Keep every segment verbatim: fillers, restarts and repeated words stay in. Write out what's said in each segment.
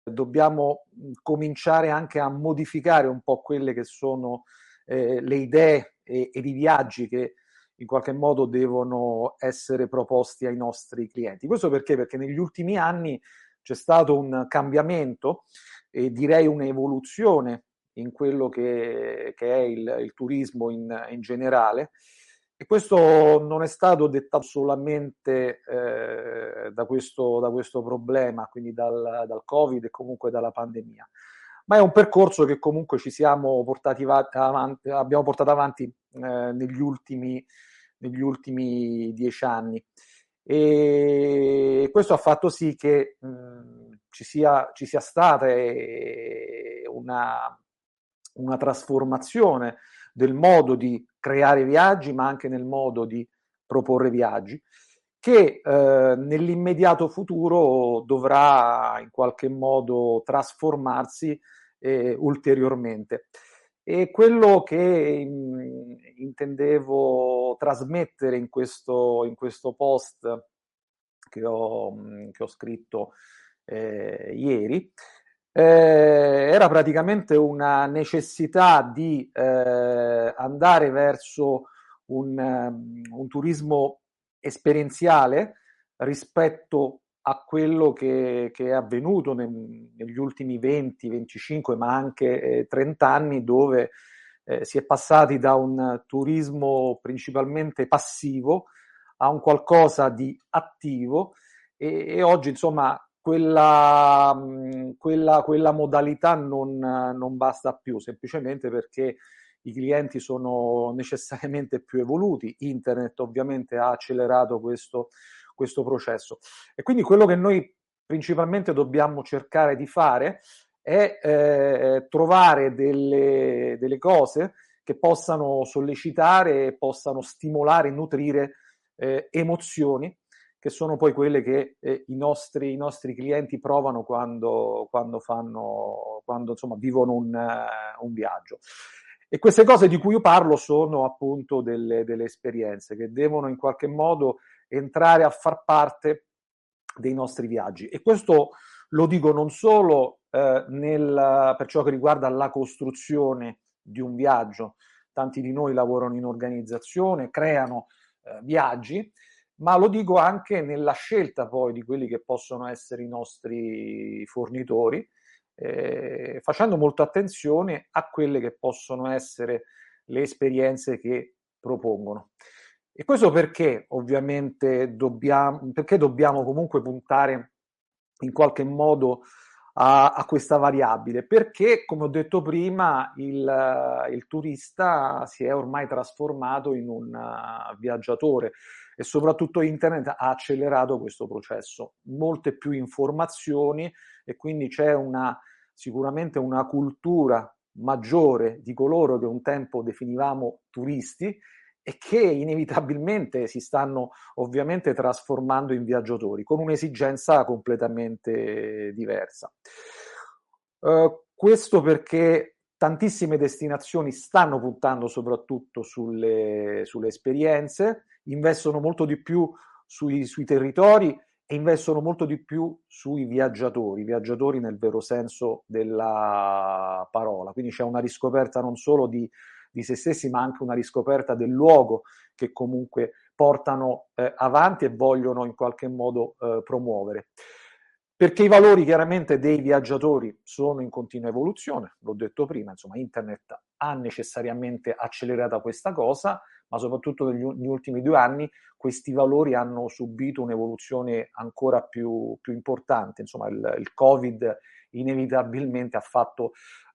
dobbiamo cominciare anche a modificare un po' quelle che sono eh, le idee e, ed i viaggi che in qualche modo devono essere proposti ai nostri clienti. Questo perché? Perché negli ultimi anni c'è stato un cambiamento e direi un'evoluzione in quello che, che è il, il turismo in, in generale, e questo non è stato dettato solamente eh, da, questo, da questo problema, quindi dal, dal Covid e comunque dalla pandemia, ma è un percorso che comunque ci siamo portati avanti, abbiamo portato avanti eh, negli ultimi, negli ultimi dieci anni. E questo ha fatto sì che mh, ci, sia, ci sia stata eh, una, una trasformazione del modo di creare viaggi, ma anche nel modo di proporre viaggi, che eh, nell'immediato futuro dovrà in qualche modo trasformarsi eh, ulteriormente. E quello che mh, intendevo trasmettere in questo, in questo post che ho, mh, che ho scritto eh, ieri eh, era praticamente una necessità di eh, andare verso un, um, un turismo esperienziale rispetto a quello che, che è avvenuto nel, negli ultimi venti, venticinque, ma anche eh, trenta anni, dove eh, si è passati da un turismo principalmente passivo a un qualcosa di attivo, e, e oggi insomma quella, quella, quella modalità non, non basta più, semplicemente perché i clienti sono necessariamente più evoluti. Internet ovviamente ha accelerato questo, questo processo, e quindi quello che noi principalmente dobbiamo cercare di fare è eh, trovare delle, delle cose che possano sollecitare, possano stimolare, nutrire eh, emozioni, che sono poi quelle che eh, i, nostri, i nostri clienti provano quando, quando, fanno, quando insomma, vivono un, uh, un viaggio. E queste cose di cui io parlo sono appunto delle, delle esperienze che devono in qualche modo entrare a far parte dei nostri viaggi. E questo lo dico non solo eh, nel, per ciò che riguarda la costruzione di un viaggio. Tanti di noi lavorano in organizzazione, creano eh, viaggi, ma lo dico anche nella scelta poi di quelli che possono essere i nostri fornitori, eh, facendo molta attenzione a quelle che possono essere le esperienze che propongono. E questo perché ovviamente dobbiamo, perché dobbiamo comunque puntare in qualche modo a, a questa variabile? Perché, come ho detto prima, il, il turista si è ormai trasformato in un uh, viaggiatore, e soprattutto internet ha accelerato questo processo. Molte più informazioni, e quindi c'è una, sicuramente una cultura maggiore di coloro che un tempo definivamo turisti e che inevitabilmente si stanno ovviamente trasformando in viaggiatori con un'esigenza completamente diversa. Uh, questo perché tantissime destinazioni stanno puntando soprattutto sulle, sulle esperienze, investono molto di più sui, sui territori e investono molto di più sui viaggiatori, viaggiatori nel vero senso della parola. Quindi c'è una riscoperta non solo di, di se stessi, ma anche una riscoperta del luogo che comunque portano eh, avanti e vogliono in qualche modo eh, promuovere. Perché i valori chiaramente dei viaggiatori sono in continua evoluzione, l'ho detto prima, insomma internet ha necessariamente accelerato questa cosa, ma soprattutto negli, negli ultimi due anni questi valori hanno subito un'evoluzione ancora più, più importante. Insomma il, il Covid inevitabilmente ha fatto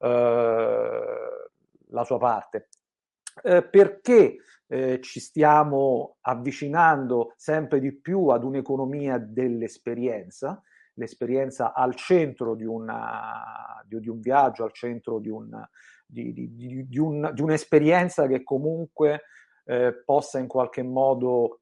eh, la sua parte. Eh, perché eh, ci stiamo avvicinando sempre di più ad un'economia dell'esperienza, l'esperienza al centro di, una, di, di un viaggio, al centro di, un, di, di, di, un, di un'esperienza che comunque eh, possa in qualche modo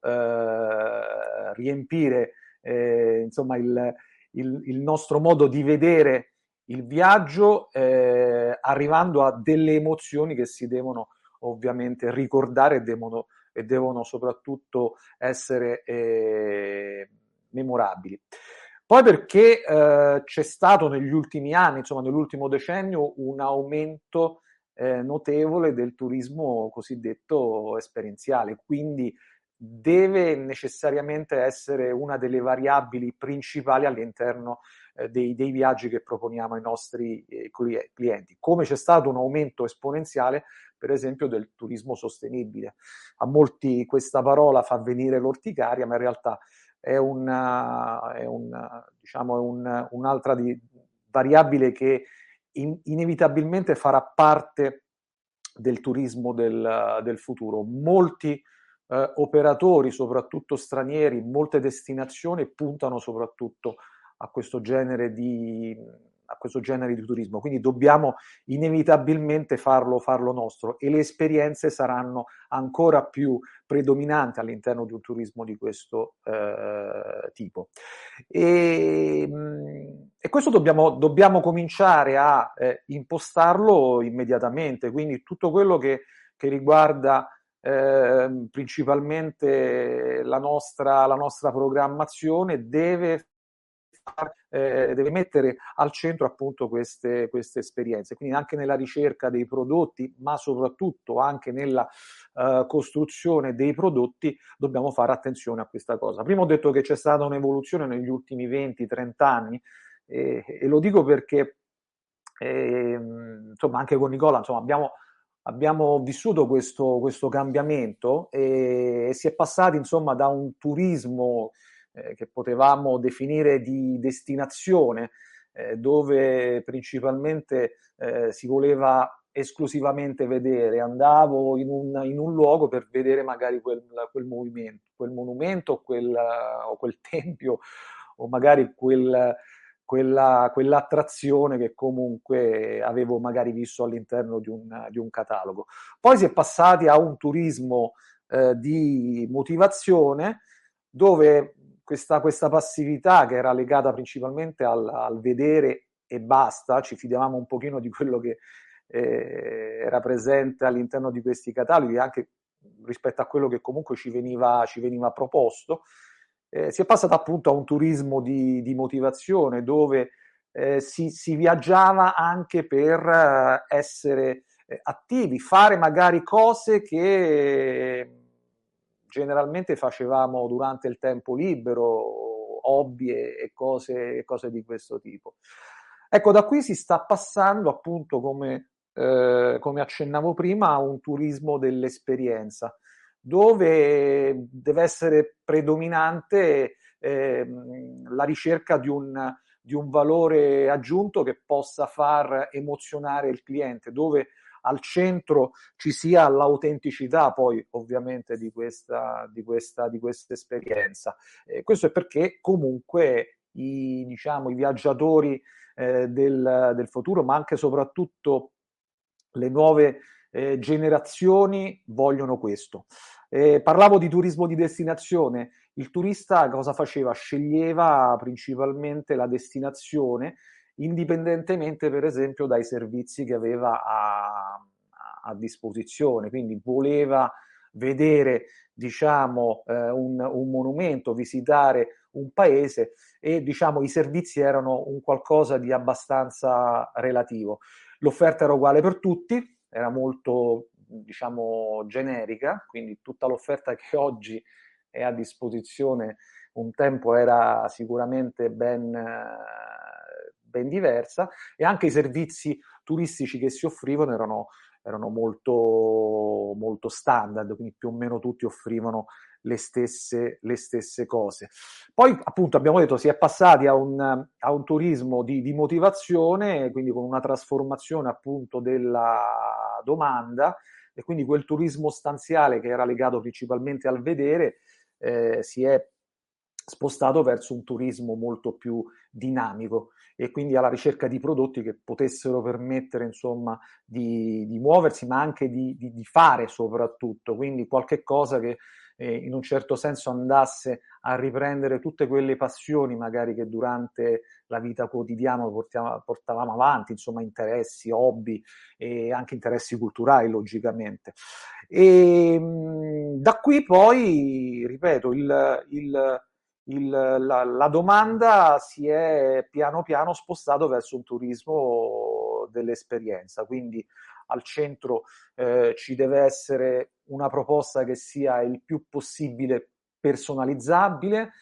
eh, riempire eh, insomma il, il, il nostro modo di vedere il viaggio, eh, arrivando a delle emozioni che si devono ovviamente ricordare e devono, e devono soprattutto essere eh, memorabili. Poi perché eh, c'è stato negli ultimi anni, insomma nell'ultimo decennio, un aumento eh, notevole del turismo cosiddetto esperienziale, quindi deve necessariamente essere una delle variabili principali all'interno eh, dei, dei viaggi che proponiamo ai nostri eh, clienti. Come c'è stato un aumento esponenziale, per esempio, del turismo sostenibile. A molti questa parola fa venire l'orticaria, ma in realtà è, una, è, una, diciamo, è un, un'altra di, variabile che in, inevitabilmente farà parte del turismo del, del futuro. Molti eh, operatori, soprattutto stranieri, molte destinazioni puntano soprattutto a questo genere di, a questo genere di turismo, quindi dobbiamo inevitabilmente farlo, farlo nostro, e le esperienze saranno ancora più predominanti all'interno di un turismo di questo eh, tipo. E, e questo dobbiamo, dobbiamo cominciare a eh, impostarlo immediatamente, quindi tutto quello che, che riguarda eh, principalmente la nostra, la nostra programmazione deve Eh, deve mettere al centro appunto queste, queste esperienze, quindi anche nella ricerca dei prodotti, ma soprattutto anche nella uh, costruzione dei prodotti dobbiamo fare attenzione a questa cosa. Prima ho detto che c'è stata un'evoluzione negli ultimi venti trenta anni e, e lo dico perché eh, insomma anche con Nicola insomma, abbiamo abbiamo vissuto questo, questo cambiamento e, e si è passati insomma da un turismo eh, che potevamo definire di destinazione, eh, dove principalmente eh, si voleva esclusivamente vedere, andavo in un, in un luogo per vedere magari quel, quel movimento, quel monumento, quel, o quel tempio, o magari quel, quella, quell'attrazione che comunque avevo magari visto all'interno di un, di un catalogo. Poi si è passati a un turismo eh, di motivazione, dove questa, questa passività che era legata principalmente al, al vedere e basta, ci fidavamo un pochino di quello che eh, era presente all'interno di questi cataloghi, anche rispetto a quello che comunque ci veniva, ci veniva proposto. Eh, si è passato appunto a un turismo di, di motivazione dove eh, si, si viaggiava anche per eh, essere eh, attivi, fare magari cose che generalmente facevamo durante il tempo libero, hobby e cose, cose di questo tipo. Ecco, da qui si sta passando appunto, come, eh, come accennavo prima, a un turismo dell'esperienza, dove deve essere predominante eh, la ricerca di un, di un valore aggiunto che possa far emozionare il cliente, dove al centro ci sia l'autenticità poi ovviamente di questa, di questa, di questa esperienza. Eh, questo è perché comunque i, diciamo, i viaggiatori eh, del, del futuro, ma anche e soprattutto le nuove eh, generazioni vogliono questo. Eh, parlavo di turismo di destinazione. Il turista cosa faceva? Sceglieva principalmente la destinazione indipendentemente per esempio dai servizi che aveva a, a disposizione, quindi voleva vedere diciamo eh, un, un monumento, visitare un paese e diciamo i servizi erano un qualcosa di abbastanza relativo. L'offerta era uguale per tutti, era molto diciamo generica, quindi tutta l'offerta che oggi è a disposizione un tempo era sicuramente ben, ben diversa, e anche i servizi turistici che si offrivano erano, erano molto, molto standard, quindi più o meno tutti offrivano le stesse, le stesse cose. Poi appunto abbiamo detto si è passati a un, a un turismo di, di motivazione, quindi con una trasformazione appunto della domanda, e quindi quel turismo stanziale che era legato principalmente al vedere eh, si è spostato verso un turismo molto più dinamico e quindi alla ricerca di prodotti che potessero permettere insomma di, di muoversi, ma anche di, di, di fare soprattutto, quindi qualche cosa che eh, in un certo senso andasse a riprendere tutte quelle passioni magari che durante la vita quotidiana portiamo, portavamo avanti, insomma interessi, hobby e anche interessi culturali logicamente. E da qui poi, ripeto, il, il il, la, la domanda si è piano piano spostato verso un turismo dell'esperienza, quindi al centro eh, ci deve essere una proposta che sia il più possibile personalizzabile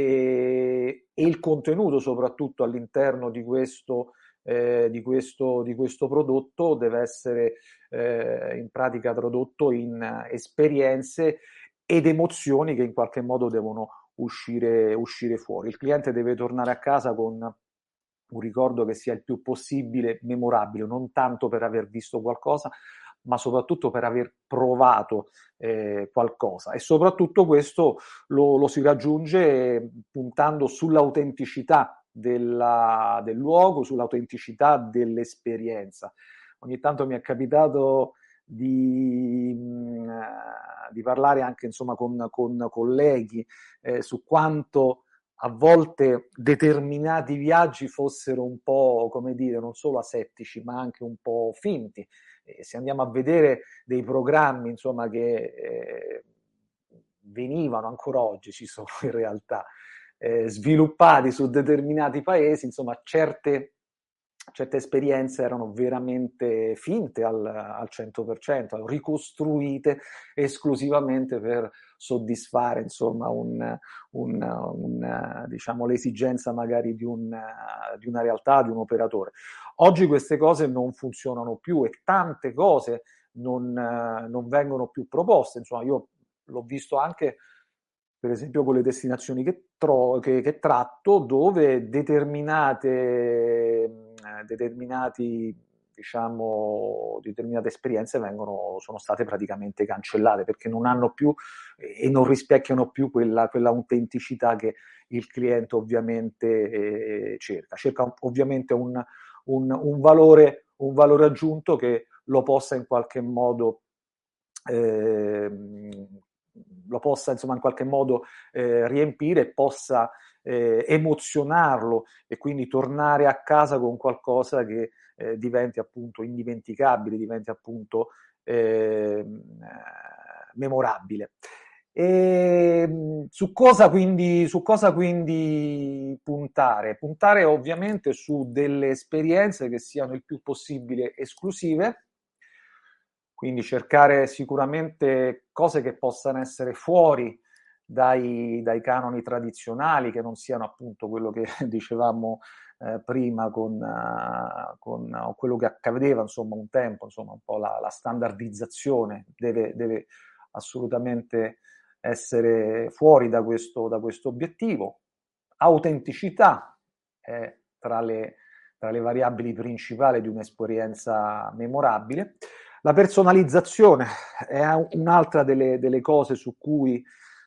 e, e il contenuto soprattutto all'interno di questo, eh, di questo, di questo prodotto deve essere eh, in pratica tradotto in esperienze ed emozioni che in qualche modo devono uscire, uscire fuori. Il cliente deve tornare a casa con un ricordo che sia il più possibile memorabile, non tanto per aver visto qualcosa, ma soprattutto per aver provato eh, qualcosa. E soprattutto questo lo, lo si raggiunge puntando sull'autenticità della, del luogo, sull'autenticità dell'esperienza. Ogni tanto mi è capitato di, mh, di parlare anche insomma, con, con colleghi eh, su quanto a volte determinati viaggi fossero un po', come dire, non solo asettici, ma anche un po' finti. E se andiamo a vedere dei programmi, insomma, che eh, venivano ancora oggi, ci sono in realtà, eh, sviluppati su determinati paesi, insomma, certe certe esperienze erano veramente finte al, al cento per cento, ricostruite esclusivamente per soddisfare insomma un, un, un, diciamo, l'esigenza magari di, un, di una realtà, di un operatore. Oggi queste cose non funzionano più e tante cose non, non vengono più proposte. Insomma, io l'ho visto anche per esempio con le destinazioni che, tro- che, che tratto, dove determinate, eh, determinati, diciamo, determinate esperienze vengono, sono state praticamente cancellate perché non hanno più eh, e non rispecchiano più quella, quella autenticità che il cliente ovviamente eh, cerca. Cerca ovviamente un, un, un, valore, un valore aggiunto che lo possa in qualche modo eh, lo possa insomma in qualche modo eh, riempire, possa eh, emozionarlo e quindi tornare a casa con qualcosa che eh, diventi appunto indimenticabile, diventi appunto eh, memorabile. E su cosa quindi, su cosa quindi puntare? Puntare ovviamente su delle esperienze che siano il più possibile esclusive, quindi cercare sicuramente cose che possano essere fuori dai, dai canoni tradizionali, che non siano appunto quello che dicevamo eh, prima con, uh, con uh, quello che accadeva insomma un tempo, insomma un po' la, la standardizzazione deve, deve assolutamente essere fuori da questo, da questo obiettivo. Autenticità è tra le, tra le variabili principali di un'esperienza memorabile. La personalizzazione è un'altra delle, delle cose su cui,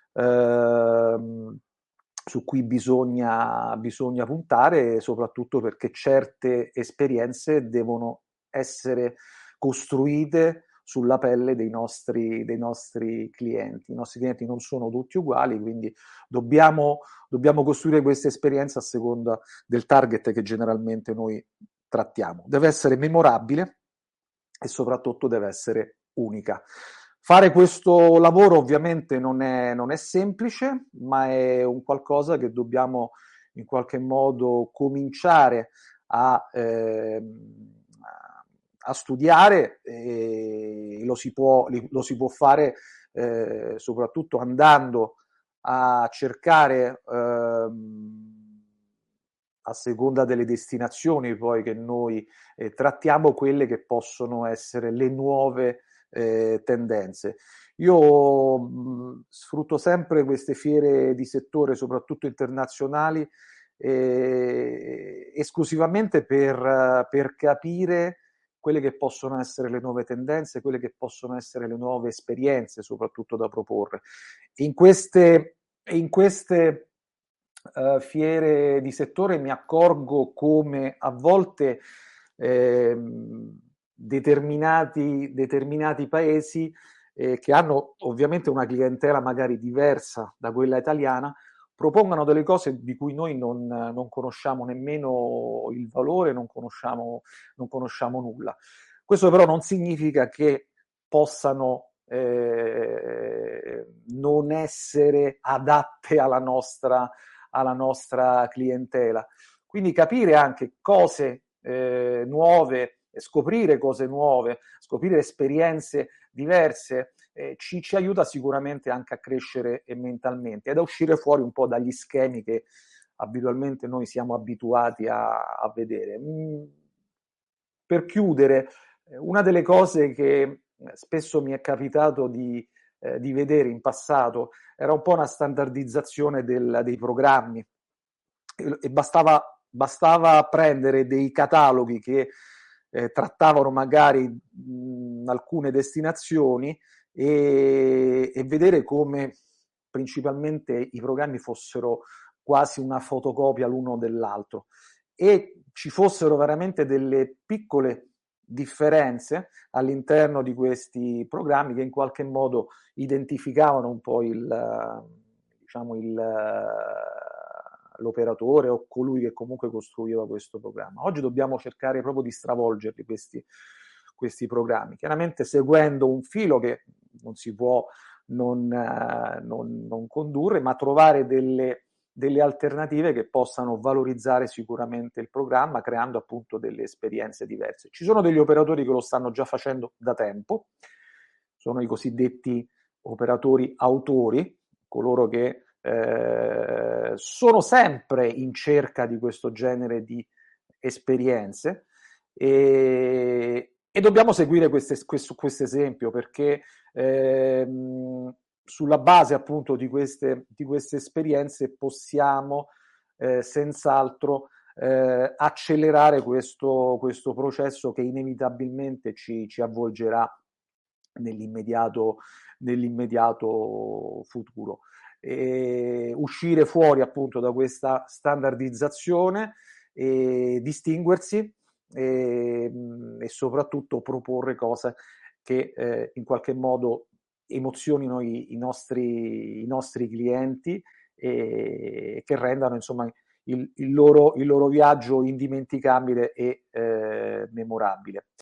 eh, su cui bisogna, bisogna puntare, soprattutto perché certe esperienze devono essere costruite sulla pelle dei nostri, dei nostri clienti. I nostri clienti non sono tutti uguali, quindi dobbiamo, dobbiamo costruire questa esperienza a seconda del target che generalmente noi trattiamo. Deve essere memorabile e soprattutto deve essere unica. Fare questo lavoro ovviamente non è, non è semplice, ma è un qualcosa che dobbiamo in qualche modo cominciare a, eh, a studiare e lo si può, lo si può fare eh, soprattutto andando a cercare ehm, a seconda delle destinazioni poi che noi eh, trattiamo, quelle che possono essere le nuove eh, tendenze. Io mh, sfrutto sempre queste fiere di settore, soprattutto internazionali, eh, esclusivamente per, per capire quelle che possono essere le nuove tendenze, quelle che possono essere le nuove esperienze, soprattutto da proporre. In queste, in queste uh, fiere di settore mi accorgo come a volte eh, determinati, determinati paesi eh, che hanno ovviamente una clientela magari diversa da quella italiana propongano delle cose di cui noi non, non conosciamo nemmeno il valore, non conosciamo, non conosciamo nulla. Questo però non significa che possano eh, non essere adatte alla nostra, alla nostra clientela. Quindi capire anche cose eh, nuove, scoprire cose nuove, scoprire esperienze diverse, eh, ci, ci aiuta sicuramente anche a crescere mentalmente ed a uscire fuori un po' dagli schemi che abitualmente noi siamo abituati a, a vedere. Mm, per chiudere, una delle cose che spesso mi è capitato di, eh, di vedere in passato era un po' una standardizzazione del, dei programmi e, e bastava, bastava prendere dei cataloghi che eh, trattavano magari mh, alcune destinazioni e, e vedere come principalmente i programmi fossero quasi una fotocopia l'uno dell'altro e ci fossero veramente delle piccole differenze all'interno di questi programmi che in qualche modo identificavano un po' il, diciamo il, l'operatore o colui che comunque costruiva questo programma. Oggi dobbiamo cercare proprio di stravolgerli questi, questi programmi, chiaramente seguendo un filo che non si può non, eh, non, non condurre, ma trovare delle delle alternative che possano valorizzare sicuramente il programma, creando appunto delle esperienze diverse. Ci sono degli operatori che lo stanno già facendo da tempo, sono i cosiddetti operatori autori, coloro che eh, sono sempre in cerca di questo genere di esperienze e, e dobbiamo seguire questo esempio perché ehm, sulla base appunto di queste, di queste esperienze possiamo eh, senz'altro eh, accelerare questo, questo processo che inevitabilmente ci, ci avvolgerà nell'immediato, nell'immediato futuro. E uscire fuori appunto da questa standardizzazione e distinguersi e, e soprattutto proporre cose che eh, in qualche modo emozionino i, i, nostri, i nostri clienti e che rendano insomma il, il, loro, il loro viaggio indimenticabile e eh, memorabile.